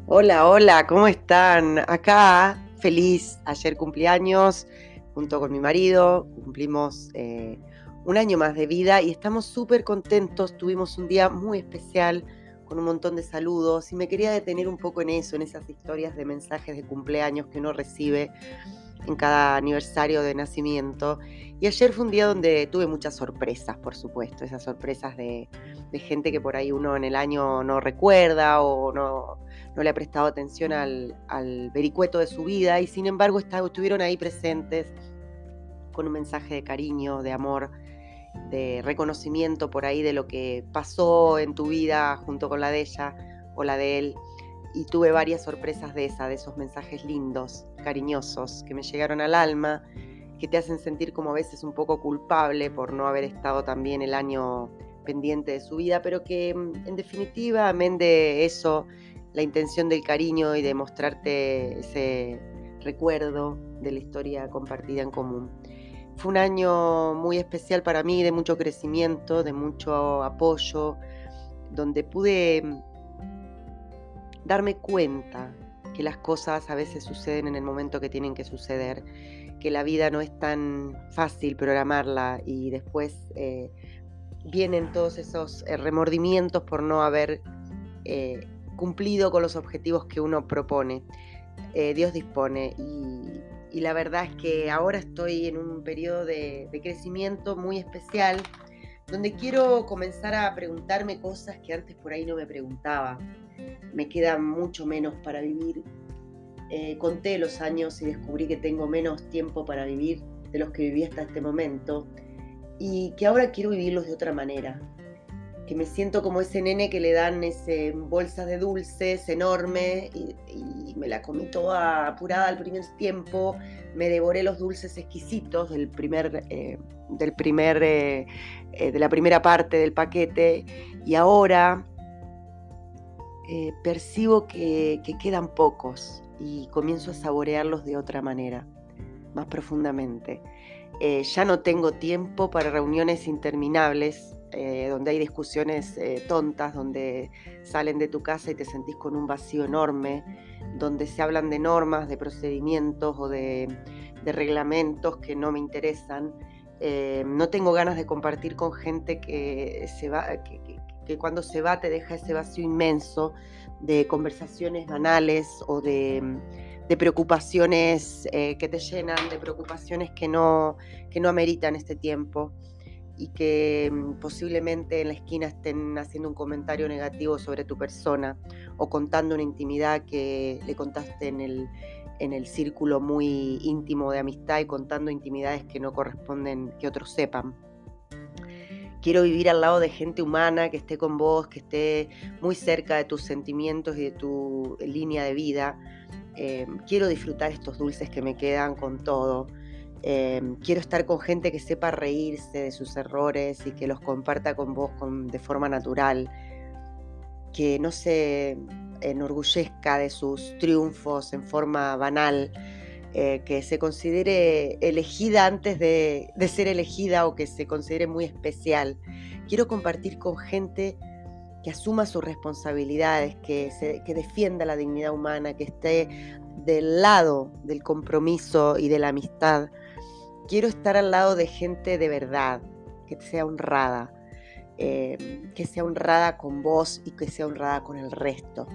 Hola, hola, ¿cómo están? Acá, feliz. Ayer cumpleaños junto con mi marido, cumplimos un año más de vida y estamos súper contentos. Tuvimos un día muy especial con un montón de saludos y me quería detener un poco en eso, en esas historias de mensajes de cumpleaños que uno recibe en cada aniversario de nacimiento. Y ayer fue un día donde tuve muchas sorpresas, por supuesto, esas sorpresas de gente que por ahí uno en el año no recuerda o no le ha prestado atención al vericueto de su vida y sin embargo estuvieron ahí presentes con un mensaje de cariño, de amor, de reconocimiento por ahí de lo que pasó en tu vida junto con la de ella o la de él. Y tuve varias sorpresas de esos mensajes lindos, cariñosos, que me llegaron al alma, que te hacen sentir como a veces un poco culpable por no haber estado también el año pendiente de su vida, pero que en definitiva, amén de eso, la intención del cariño y de mostrarte ese recuerdo de la historia compartida en común. Fue un año muy especial para mí, de mucho crecimiento, de mucho apoyo, donde pude darme cuenta que las cosas a veces suceden en el momento que tienen que suceder, que la vida no es tan fácil programarla y después vienen todos esos remordimientos por no haber cumplido con los objetivos que uno propone. Dios dispone y la verdad es que ahora estoy en un periodo de crecimiento muy especial donde quiero comenzar a preguntarme cosas que antes por ahí no me preguntaba. Me queda mucho menos para vivir. Conté los años y descubrí que tengo menos tiempo para vivir de los que viví hasta este momento y que ahora quiero vivirlos de otra manera, que me siento como ese nene que le dan bolsas de dulces enorme y me la comí toda apurada al primer tiempo, me devoré los dulces exquisitos de la primera parte del paquete y ahora percibo que quedan pocos y comienzo a saborearlos de otra manera, más profundamente. Ya no tengo tiempo para reuniones interminables, donde hay discusiones tontas, donde salen de tu casa y te sentís con un vacío enorme, donde se hablan de normas, de procedimientos o de reglamentos que no me interesan. No tengo ganas de compartir con gente que se va, que cuando se va te deja ese vacío inmenso de conversaciones banales o de preocupaciones que te llenan, de preocupaciones que no ameritan este tiempo y que posiblemente en la esquina estén haciendo un comentario negativo sobre tu persona o contando una intimidad que le contaste en el círculo muy íntimo de amistad y contando intimidades que no corresponden que otros sepan. Quiero vivir al lado de gente humana que esté con vos, que esté muy cerca de tus sentimientos y de tu línea de vida. Quiero disfrutar estos dulces que me quedan con todo. Quiero estar con gente que sepa reírse de sus errores y que los comparta con vos de forma natural, que no se enorgullezca de sus triunfos en forma banal, que se considere elegida antes de ser elegida o que se considere muy especial. Quiero compartir con gente que asuma sus responsabilidades, que defienda la dignidad humana, que esté del lado del compromiso y de la amistad. Quiero estar al lado de gente de verdad, que sea honrada con vos y que sea honrada con el resto,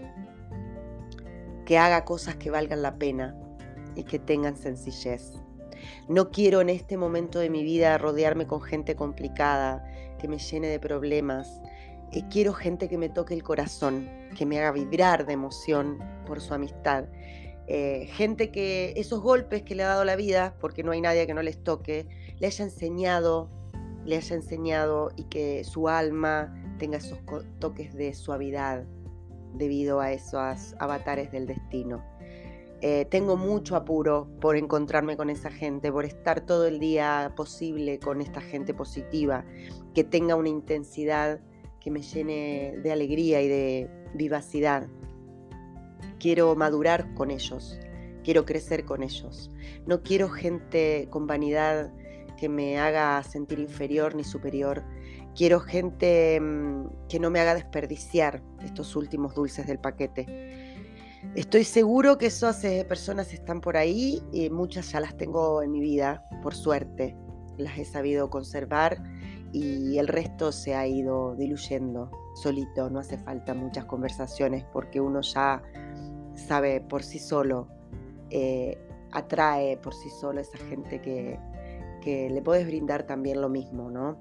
que haga cosas que valgan la pena y que tengan sencillez. No quiero en este momento de mi vida rodearme con gente complicada, que me llene de problemas. Quiero gente que me toque el corazón, que me haga vibrar de emoción por su amistad. Gente que esos golpes que le ha dado la vida, porque no hay nadie que no les toque, le haya enseñado y que su alma tenga esos toques de suavidad debido a esos avatares del destino. Tengo mucho apuro por encontrarme con esa gente, por estar todo el día posible con esta gente positiva, que tenga una intensidad que me llene de alegría y de vivacidad. Quiero madurar con ellos, quiero crecer con ellos. No quiero gente con vanidad que me haga sentir inferior ni superior. Quiero gente que no me haga desperdiciar estos últimos dulces del paquete. Estoy seguro que esas personas están por ahí y muchas ya las tengo en mi vida, por suerte. Las he sabido conservar y el resto se ha ido diluyendo solito. No hace falta muchas conversaciones porque uno ya sabe por sí solo, eh, atrae por sí solo a esa gente que le puedes brindar también lo mismo, ¿no?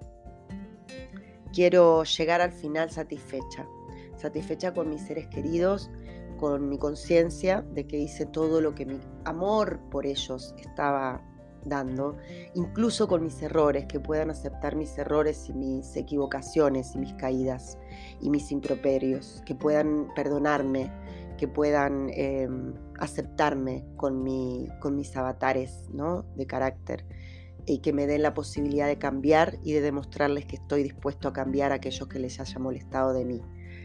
Quiero llegar al final satisfecha con mis seres queridos, con mi conciencia de que hice todo lo que mi amor por ellos estaba dando, incluso con mis errores, que puedan aceptar mis errores y mis equivocaciones y mis caídas y mis improperios, que puedan perdonarme, que puedan aceptarme con mis avatares, ¿no?, de carácter, y que me den la posibilidad de cambiar y de demostrarles que estoy dispuesto a cambiar a aquellos que les haya molestado de mí.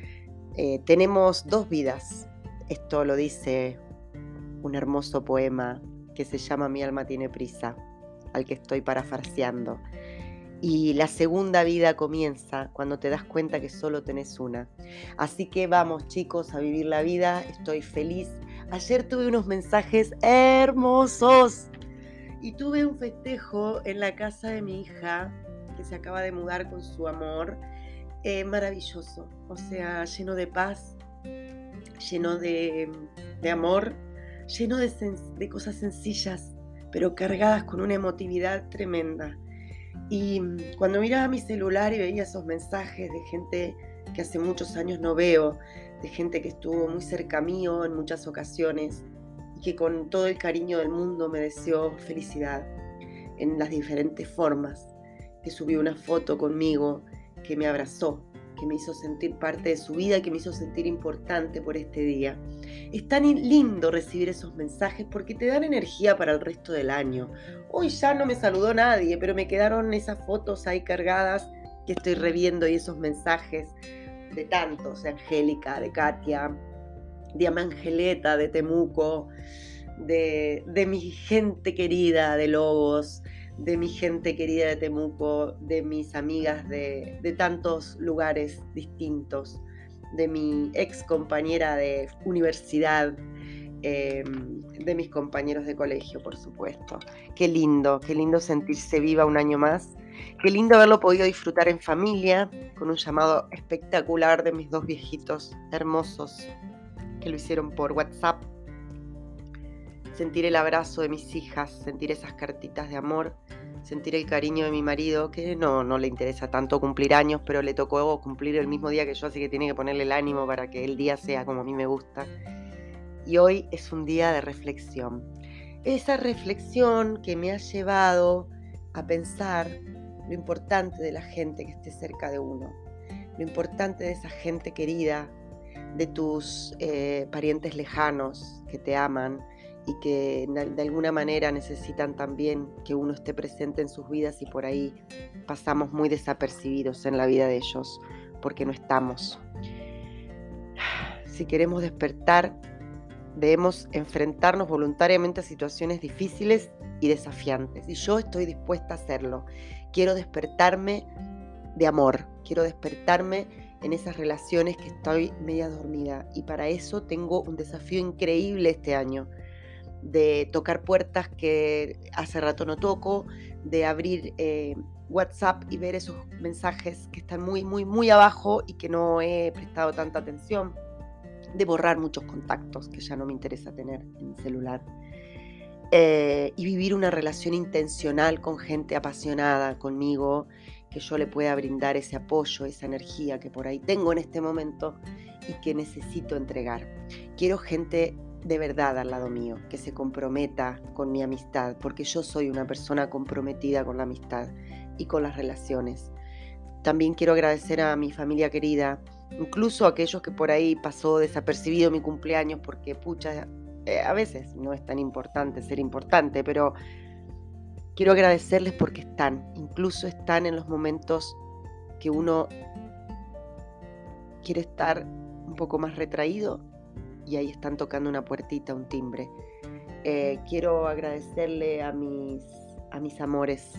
Tenemos 2 vidas. Esto lo dice un hermoso poema que se llama Mi alma tiene prisa, al que estoy parafraseando. Y la segunda vida comienza cuando te das cuenta que solo tenés una. Así que vamos, chicos, a vivir la vida. Estoy feliz. Ayer tuve unos mensajes hermosos y tuve un festejo en la casa de mi hija, que se acaba de mudar con su amor, maravilloso, o sea, lleno de paz, lleno de amor, lleno de cosas sencillas, pero cargadas con una emotividad tremenda. Y cuando miraba mi celular y veía esos mensajes de gente que hace muchos años no veo, de gente que estuvo muy cerca mío en muchas ocasiones y que con todo el cariño del mundo me deseó felicidad en las diferentes formas, que subió una foto conmigo, que me abrazó, que me hizo sentir parte de su vida, que me hizo sentir importante por este día. Es tan lindo recibir esos mensajes porque te dan energía para el resto del año. Hoy ya no me saludó nadie, pero me quedaron esas fotos ahí cargadas que estoy reviendo y esos mensajes de tantos, de Angélica, de Katia, de Amangeleta, de Temuco, de mi gente querida de Lobos, de mi gente querida de Temuco, de mis amigas de tantos lugares distintos, de mi ex compañera de universidad, de mis compañeros de colegio, por supuesto. Qué lindo sentirse viva un año más. Qué lindo haberlo podido disfrutar en familia, con un llamado espectacular de mis 2 viejitos hermosos que lo hicieron por WhatsApp. Sentir el abrazo de mis hijas, sentir esas cartitas de amor, sentir el cariño de mi marido, que no le interesa tanto cumplir años, pero le tocó cumplir el mismo día que yo, así que tiene que ponerle el ánimo para que el día sea como a mí me gusta. Y hoy es un día de reflexión. Esa reflexión que me ha llevado a pensar lo importante de la gente que esté cerca de uno, lo importante de esa gente querida, de tus parientes lejanos que te aman y que de alguna manera necesitan también que uno esté presente en sus vidas, y por ahí pasamos muy desapercibidos en la vida de ellos porque no estamos. Si queremos despertar, debemos enfrentarnos voluntariamente a situaciones difíciles y desafiantes, y yo estoy dispuesta a hacerlo. Quiero despertarme de amor, quiero despertarme en esas relaciones que estoy media dormida, y para eso tengo un desafío increíble este año, de tocar puertas que hace rato no toco, de abrir WhatsApp y ver esos mensajes que están muy, muy, muy abajo y que no he prestado tanta atención, de borrar muchos contactos que ya no me interesa tener en mi celular, y vivir una relación intencional con gente apasionada conmigo, que yo le pueda brindar ese apoyo, esa energía que por ahí tengo en este momento y que necesito entregar. Quiero gente de verdad al lado mío, que se comprometa con mi amistad, porque yo soy una persona comprometida con la amistad y con las relaciones. También quiero agradecer a mi familia querida, incluso a aquellos que por ahí pasó desapercibido mi cumpleaños, porque pucha, a veces no es tan importante ser importante, pero quiero agradecerles porque incluso están en los momentos que uno quiere estar un poco más retraído, y ahí están tocando una puertita, un timbre. Quiero agradecerle a mis amores,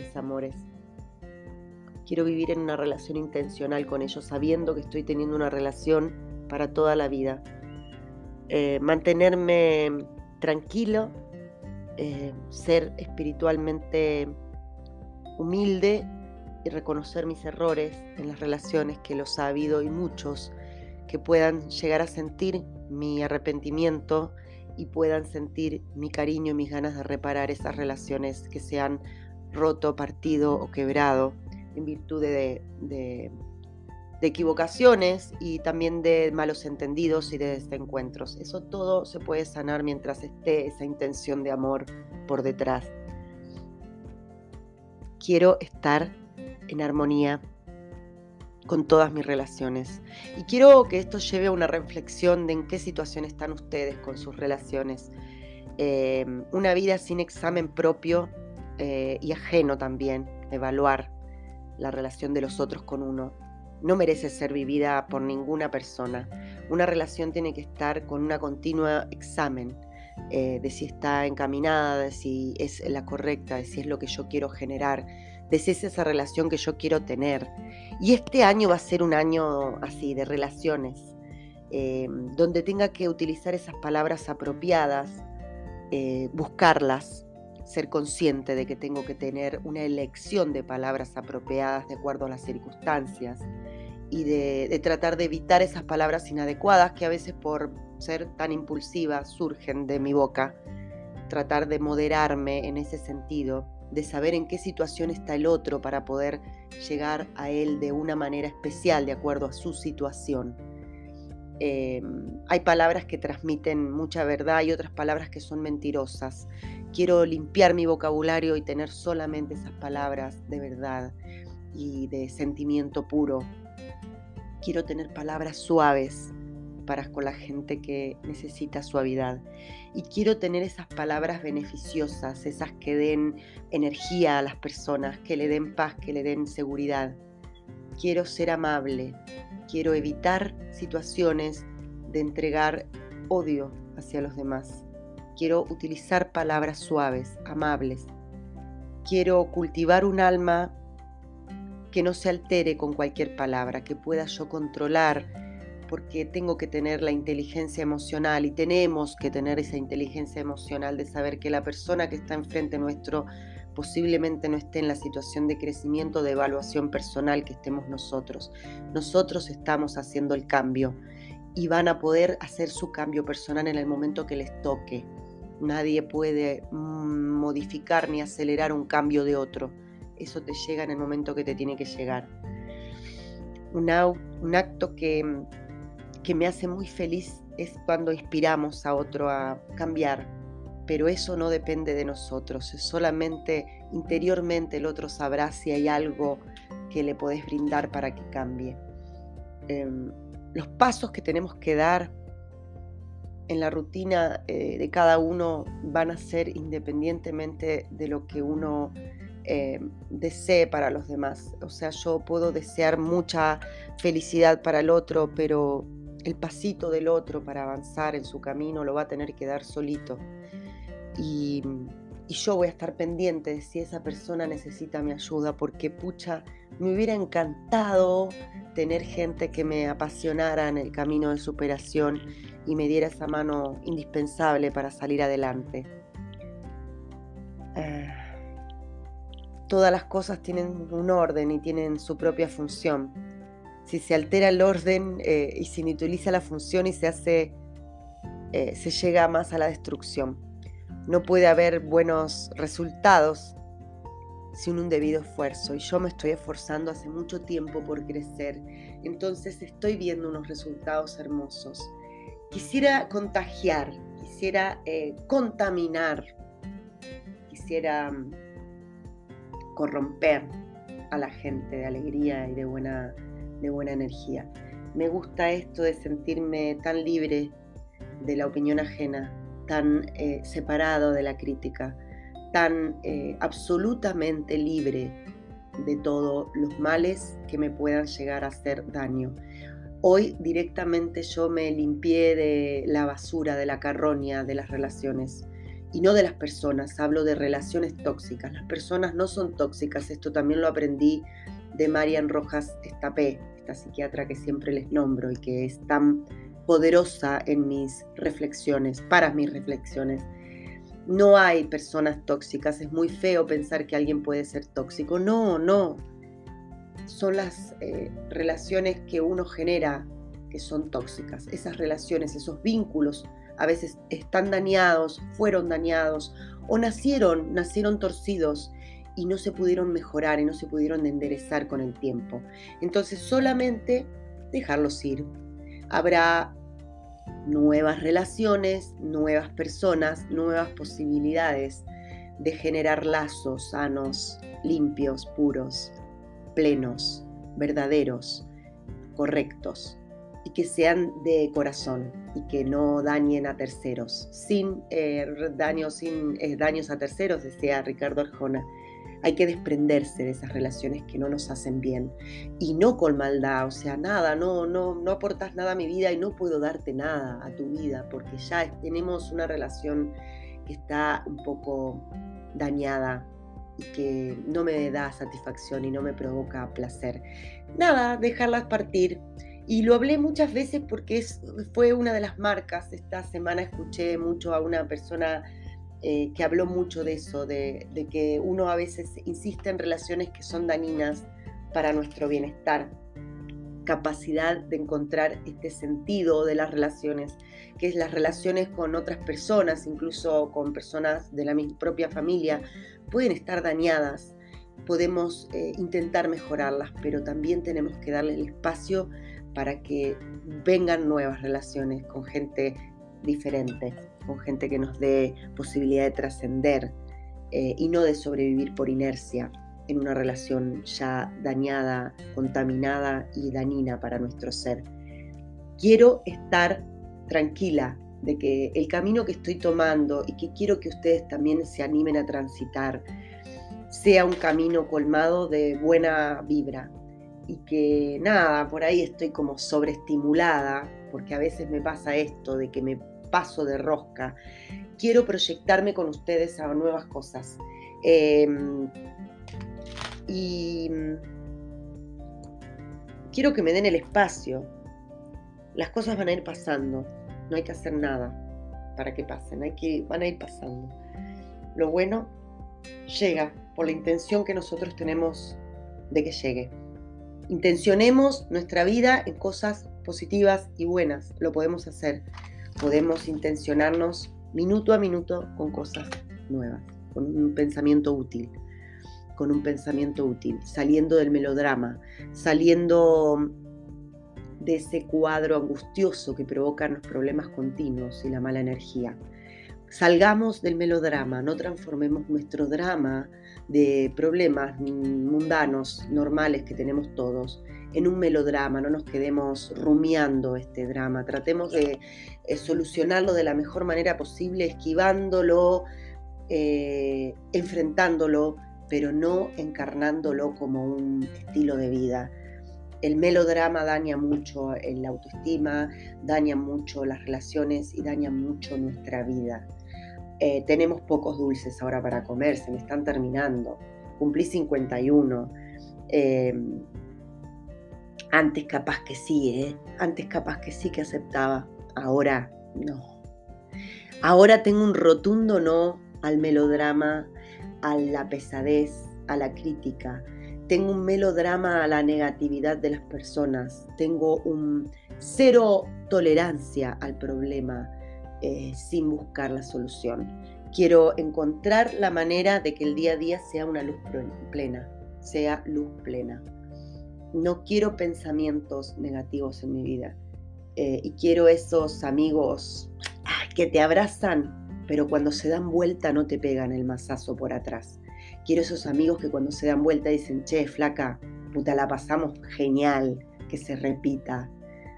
Quiero vivir en una relación intencional con ellos, sabiendo que estoy teniendo una relación para toda la vida. mantenerme tranquilo, ser espiritualmente humilde y reconocer mis errores en las relaciones, que los ha habido y muchos, que puedan llegar a sentir mi arrepentimiento y puedan sentir mi cariño y mis ganas de reparar esas relaciones que se han roto, partido o quebrado en virtud de equivocaciones y también de malos entendidos y de desencuentros. Eso todo se puede sanar mientras esté esa intención de amor por detrás. Quiero estar en armonía con todas mis relaciones. Y quiero que esto lleve a una reflexión de en qué situación están ustedes con sus relaciones. Una vida sin examen propio y ajeno también, evaluar la relación de los otros con uno. No merece ser vivida por ninguna persona. Una relación tiene que estar con una continua examen de si está encaminada, de si es la correcta, de si es lo que yo quiero generar, de si es esa relación que yo quiero tener. Y este año va a ser un año así, de relaciones, donde tenga que utilizar esas palabras apropiadas, buscarlas, ser consciente de que tengo que tener una elección de palabras apropiadas de acuerdo a las circunstancias y de tratar de evitar esas palabras inadecuadas que a veces por ser tan impulsiva surgen de mi boca. Tratar de moderarme en ese sentido, de saber en qué situación está el otro para poder llegar a él de una manera especial de acuerdo a su situación. Hay palabras que transmiten mucha verdad y otras palabras que son mentirosas. Quiero limpiar mi vocabulario y tener solamente esas palabras de verdad y de sentimiento puro. Quiero tener palabras suaves para con la gente que necesita suavidad. Y quiero tener esas palabras beneficiosas, esas que den energía a las personas, que le den paz, que le den seguridad. Quiero ser amable, quiero evitar situaciones de entregar odio hacia los demás. Quiero utilizar palabras suaves, amables. Quiero cultivar un alma que no se altere con cualquier palabra, que pueda yo controlar, porque tengo que tener la inteligencia emocional y tenemos que tener esa inteligencia emocional de saber que la persona que está enfrente nuestro posiblemente no esté en la situación de crecimiento, de evaluación personal que estemos nosotros. Nosotros estamos haciendo el cambio y van a poder hacer su cambio personal en el momento que les toque. Nadie puede modificar ni acelerar un cambio de otro. Eso te llega en el momento que te tiene que llegar. Un acto que me hace muy feliz es cuando inspiramos a otro a cambiar, pero eso no depende de nosotros, es solamente interiormente el otro sabrá si hay algo que le podés brindar para que cambie. Los pasos que tenemos que dar en la rutina de cada uno van a ser independientemente de lo que uno desee para los demás. O sea, yo puedo desear mucha felicidad para el otro, pero el pasito del otro para avanzar en su camino lo va a tener que dar solito. Y yo voy a estar pendiente de si esa persona necesita mi ayuda, porque pucha, me hubiera encantado tener gente que me apasionara en el camino de superación y me diera esa mano indispensable para salir adelante. Todas las cosas tienen un orden y tienen su propia función. Si se altera el orden y se inutiliza la función y se llega más a la destrucción. No puede haber buenos resultados sin un debido esfuerzo, y yo me estoy esforzando hace mucho tiempo por crecer, entonces estoy viendo unos resultados hermosos. Quisiera contagiar, quisiera contaminar, quisiera corromper a la gente de alegría y de buena energía. Me gusta esto de sentirme tan libre de la opinión ajena, tan separado de la crítica, tan absolutamente libre de todos los males que me puedan llegar a hacer daño. Hoy directamente yo me limpié de la basura, de la carroña de las relaciones y no de las personas. Hablo de relaciones tóxicas. Las personas no son tóxicas. Esto también lo aprendí de Marian Rojas Estapé, esta psiquiatra que siempre les nombro y que es tan poderosa en mis reflexiones, para mis reflexiones. No hay personas tóxicas, es muy feo pensar que alguien puede ser tóxico. No, no. Son las relaciones que uno genera que son tóxicas. Esas relaciones, esos vínculos, a veces están dañados, fueron dañados o nacieron torcidos y no se pudieron mejorar y no se pudieron enderezar con el tiempo. Entonces solamente dejarlos ir. Habrá nuevas relaciones, nuevas personas, nuevas posibilidades de generar lazos sanos, limpios, puros, plenos, verdaderos, correctos, y que sean de corazón y que no dañen a terceros, sin daños a terceros, decía Ricardo Arjona. Hay que desprenderse de esas relaciones que no nos hacen bien y no con maldad, o sea, nada, no aportas nada a mi vida y no puedo darte nada a tu vida porque ya tenemos una relación que está un poco dañada y que no me da satisfacción y no me provoca placer. Nada, dejarlas partir. Y lo hablé muchas veces porque fue una de las marcas. Esta semana escuché mucho a una persona que habló mucho de eso, de que uno a veces insiste en relaciones que son dañinas para nuestro bienestar. Capacidad de encontrar este sentido de las relaciones, que es las relaciones con otras personas, incluso con personas de la propia familia, pueden estar dañadas. Podemos intentar mejorarlas, pero también tenemos que darle el espacio para que vengan nuevas relaciones con gente diferente, con gente que nos dé posibilidad de trascender y no de sobrevivir por inercia en una relación ya dañada, contaminada y dañina para nuestro ser. Quiero estar tranquila de que el camino que estoy tomando y que quiero que ustedes también se animen a transitar sea un camino colmado de buena vibra y que nada, por ahí estoy como sobreestimulada porque a veces me pasa esto de que me paso de rosca. Quiero proyectarme con ustedes a nuevas cosas. Y quiero que me den el espacio. Las cosas van a ir pasando. No hay que hacer nada para que pasen. Van a ir pasando. Lo bueno llega por la intención que nosotros tenemos de que llegue. Intencionemos nuestra vida en cosas positivas y buenas. Lo podemos hacer. Podemos intencionarnos minuto a minuto con cosas nuevas, con un pensamiento útil. Saliendo del melodrama, saliendo de ese cuadro angustioso que provocan los problemas continuos y la mala energía. Salgamos del melodrama, no transformemos nuestro drama de problemas mundanos, normales que tenemos todos, en un melodrama, no nos quedemos rumiando este drama, tratemos de solucionarlo de la mejor manera posible, esquivándolo, enfrentándolo, pero no encarnándolo como un estilo de vida. El melodrama daña mucho la autoestima, daña mucho las relaciones y daña mucho nuestra vida. Tenemos pocos dulces ahora para comer, se me están terminando. Cumplí 51. Antes capaz que sí, antes capaz que sí que aceptaba. Ahora no. Ahora tengo un rotundo no al melodrama, a la pesadez, a la crítica. Tengo un melodrama a la negatividad de las personas. Tengo un cero tolerancia al problema sin buscar la solución. Quiero encontrar la manera de que el día a día sea una luz plena, sea luz plena. No quiero pensamientos negativos en mi vida. Y quiero esos amigos que te abrazan, pero cuando se dan vuelta no te pegan el mazazo por atrás. Quiero esos amigos que cuando se dan vuelta dicen, che, flaca, puta, la pasamos genial, que se repita.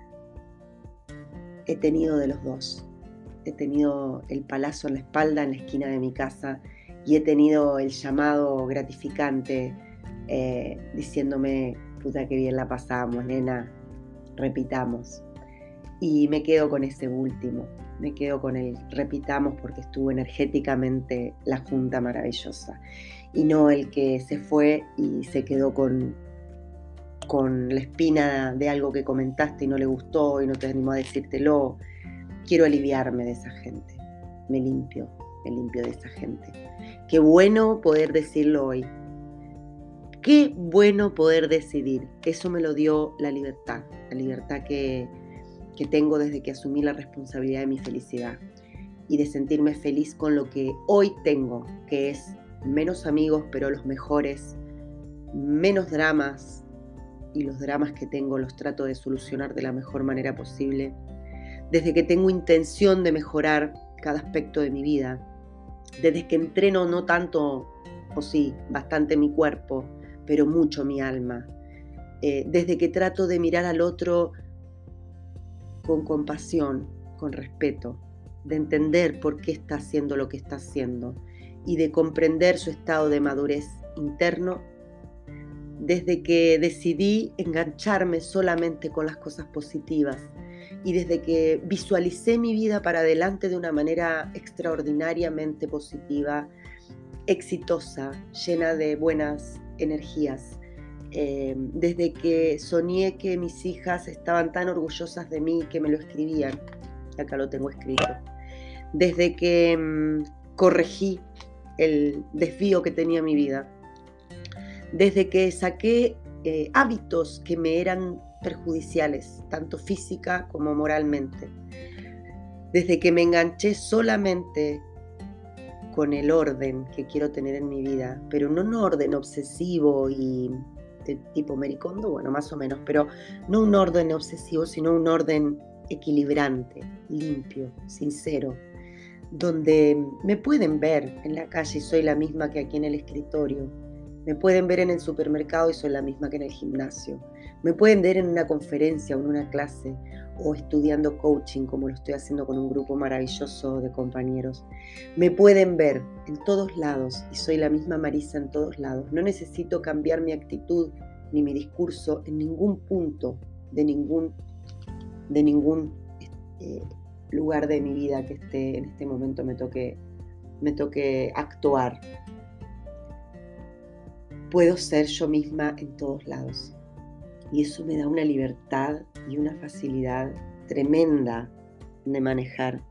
He tenido de los dos. He tenido el palazo en la espalda en la esquina de mi casa y he tenido el llamado gratificante diciéndome, puta, que bien la pasamos, nena, repitamos. Y me quedo con ese último. Me quedo con el repitamos porque estuvo energéticamente la junta maravillosa y no el que se fue y se quedó con con la espina de algo que comentaste y no le gustó y no te animó a decírtelo. Quiero aliviarme de esa gente. Me limpio de esa gente. Qué bueno poder decirlo hoy. Qué bueno poder decidir. Eso me lo dio la libertad que tengo desde que asumí la responsabilidad de mi felicidad y de sentirme feliz con lo que hoy tengo, que es menos amigos, pero los mejores, menos dramas, y los dramas que tengo los trato de solucionar de la mejor manera posible, desde que tengo intención de mejorar cada aspecto de mi vida, desde que entreno no tanto, o sí, bastante mi cuerpo, pero mucho mi alma, desde que trato de mirar al otro con compasión, con respeto, de entender por qué está haciendo lo que está haciendo y de comprender su estado de madurez interno, desde que decidí engancharme solamente con las cosas positivas y desde que visualicé mi vida para adelante de una manera extraordinariamente positiva, exitosa, llena de buenas energías. Desde que soñé que mis hijas estaban tan orgullosas de mí que me lo escribían, acá lo tengo escrito, desde que corregí el desvío que tenía mi vida, desde que saqué hábitos que me eran perjudiciales, tanto física como moralmente, desde que me enganché solamente con el orden que quiero tener en mi vida, pero no un orden obsesivo y de tipo Maricondo, bueno, más o menos, pero no un orden obsesivo, sino un orden equilibrante, limpio, sincero, donde me pueden ver en la calle y soy la misma que aquí en el escritorio, me pueden ver en el supermercado y soy la misma que en el gimnasio, me pueden ver en una conferencia o en una clase o estudiando coaching como lo estoy haciendo con un grupo maravilloso de compañeros. Me pueden ver en todos lados y soy la misma Marisa en todos lados. No necesito cambiar mi actitud ni mi discurso en ningún punto de ningún lugar de mi vida que en este momento me toque actuar. Puedo ser yo misma en todos lados. Y eso me da una libertad y una facilidad tremenda de manejar.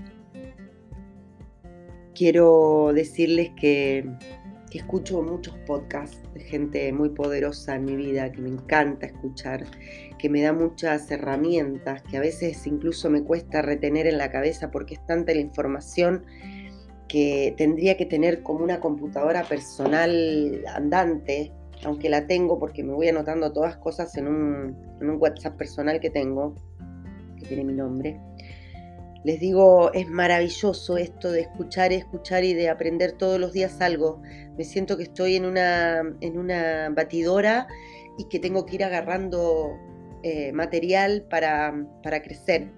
Quiero decirles que escucho muchos podcasts de gente muy poderosa en mi vida, que me encanta escuchar, que me da muchas herramientas, que a veces incluso me cuesta retener en la cabeza porque es tanta la información que tendría que tener como una computadora personal andante, aunque la tengo porque me voy anotando todas cosas en un WhatsApp personal que tengo, que tiene mi nombre. Les digo, es maravilloso esto de escuchar y de aprender todos los días algo. Me siento que estoy en una batidora y que tengo que ir agarrando material para crecer.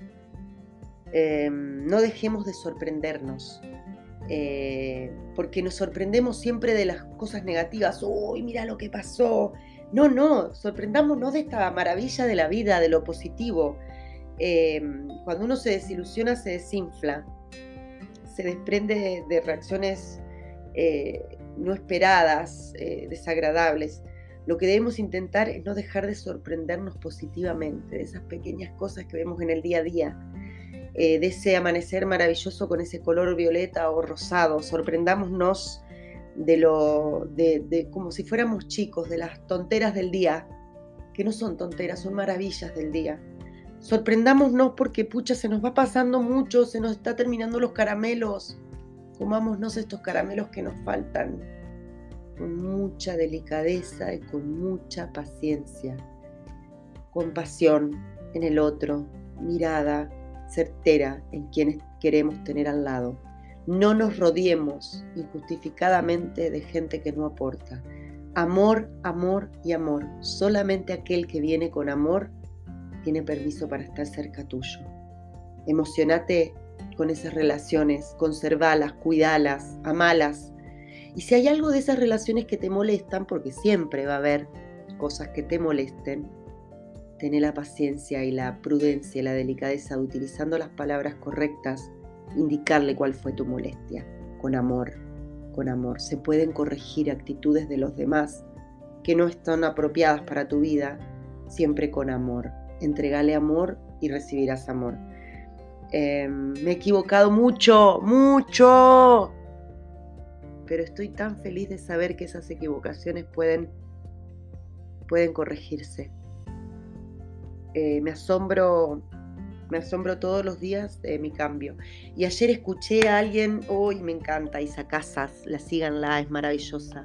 No dejemos de sorprendernos. Porque nos sorprendemos siempre de las cosas negativas. ¡Uy, mira lo que pasó! No, sorprendámonos de esta maravilla de la vida, de lo positivo. Cuando uno se desilusiona, se desinfla, se desprende de reacciones no esperadas, desagradables. Lo que debemos intentar es no dejar de sorprendernos positivamente de esas pequeñas cosas que vemos en el día a día. De ese amanecer maravilloso con ese color violeta o rosado. Sorprendámonos de como si fuéramos chicos, de las tonteras del día, que no son tonteras, son maravillas del día. Sorprendámonos porque pucha, se nos va pasando mucho, se nos está terminando los caramelos. Comámonos estos caramelos que nos faltan con mucha delicadeza y con mucha paciencia. Compasión en el otro, mirada certera en quienes queremos tener al lado. No nos rodeemos injustificadamente de gente que no aporta. Amor, amor y amor. Solamente aquel que viene con amor tiene permiso para estar cerca tuyo. Emocionate con esas relaciones, conservalas, cuidalas, amalas. Y si hay algo de esas relaciones que te molestan, porque siempre va a haber cosas que te molesten, tené la paciencia y la prudencia y la delicadeza de, utilizando las palabras correctas, indicarle cuál fue tu molestia. Con amor, con amor. Se pueden corregir actitudes de los demás que no están apropiadas para tu vida, siempre con amor. Entregale amor y recibirás amor. Me he equivocado mucho, pero estoy tan feliz de saber que esas equivocaciones pueden corregirse. Me asombro todos los días de mi cambio. Y ayer escuché a alguien, hoy me encanta, Isa Casas, síganla, es maravillosa,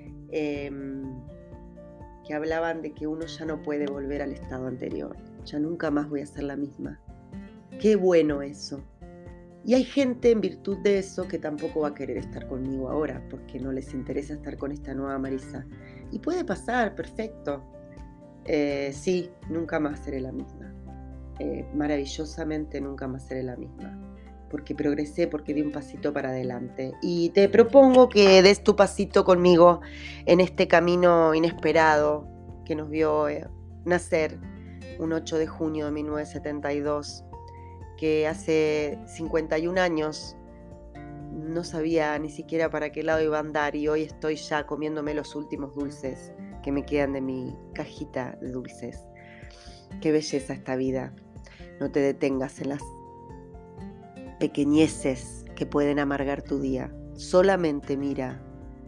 que hablaban de que uno ya no puede volver al estado anterior, ya nunca más voy a ser la misma. Qué bueno eso. Y hay gente en virtud de eso que tampoco va a querer estar conmigo ahora porque no les interesa estar con esta nueva Marisa. Y puede pasar, perfecto. Sí, nunca más seré la misma. Maravillosamente nunca más seré la misma. Porque progresé, porque di un pasito para adelante. Y te propongo que des tu pasito conmigo en este camino inesperado que nos vio nacer un 8 de junio de 1972. Que hace 51 años no sabía ni siquiera para qué lado iba a andar y hoy estoy ya comiéndome los últimos dulces que me quedan de mi cajita de dulces. Qué belleza esta vida. No te detengas en las pequeñeces que pueden amargar tu día. Solamente mira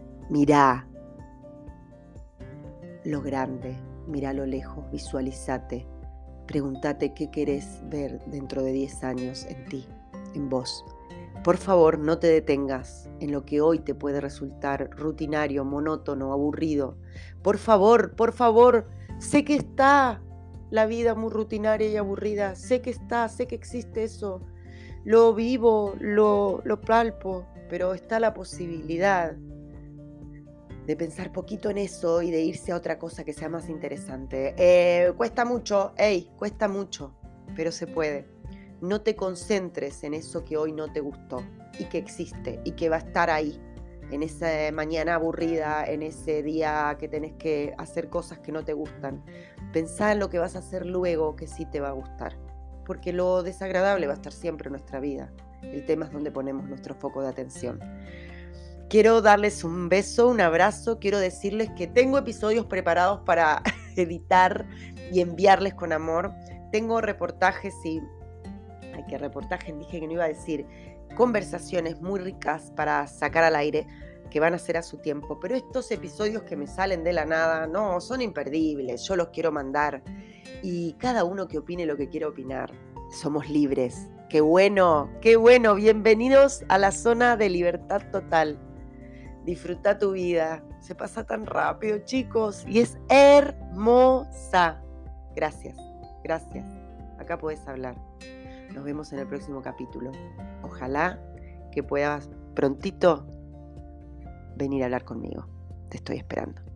lo grande, mira lo lejos, visualízate. Pregúntate qué querés ver dentro de 10 años en ti, en vos. Por favor, no te detengas en lo que hoy te puede resultar rutinario, monótono, aburrido. Por favor, sé que está la vida muy rutinaria y aburrida. Sé que existe eso. Lo vivo, lo palpo, pero está la posibilidad de pensar poquito en eso y de irse a otra cosa que sea más interesante. Cuesta mucho, pero se puede. No te concentres en eso que hoy no te gustó y que existe y que va a estar ahí, en esa mañana aburrida, en ese día que tenés que hacer cosas que no te gustan. Pensá en lo que vas a hacer luego que sí te va a gustar, porque lo desagradable va a estar siempre en nuestra vida. El tema es donde ponemos nuestro foco de atención. Quiero darles un beso, un abrazo, quiero decirles que tengo episodios preparados para editar y enviarles con amor. Tengo reportajes y... ¿qué reportajes? Dije que no iba a decir. Conversaciones muy ricas para sacar al aire que van a ser a su tiempo. Pero estos episodios que me salen de la nada, no, son imperdibles. Yo los quiero mandar. Y cada uno que opine lo que quiera opinar. Somos libres. ¡Qué bueno! ¡Qué bueno! Bienvenidos a la zona de libertad total. Disfruta tu vida, se pasa tan rápido, chicos, y es hermosa. Gracias. Acá puedes hablar. Nos vemos en el próximo capítulo. Ojalá que puedas prontito venir a hablar conmigo. Te estoy esperando.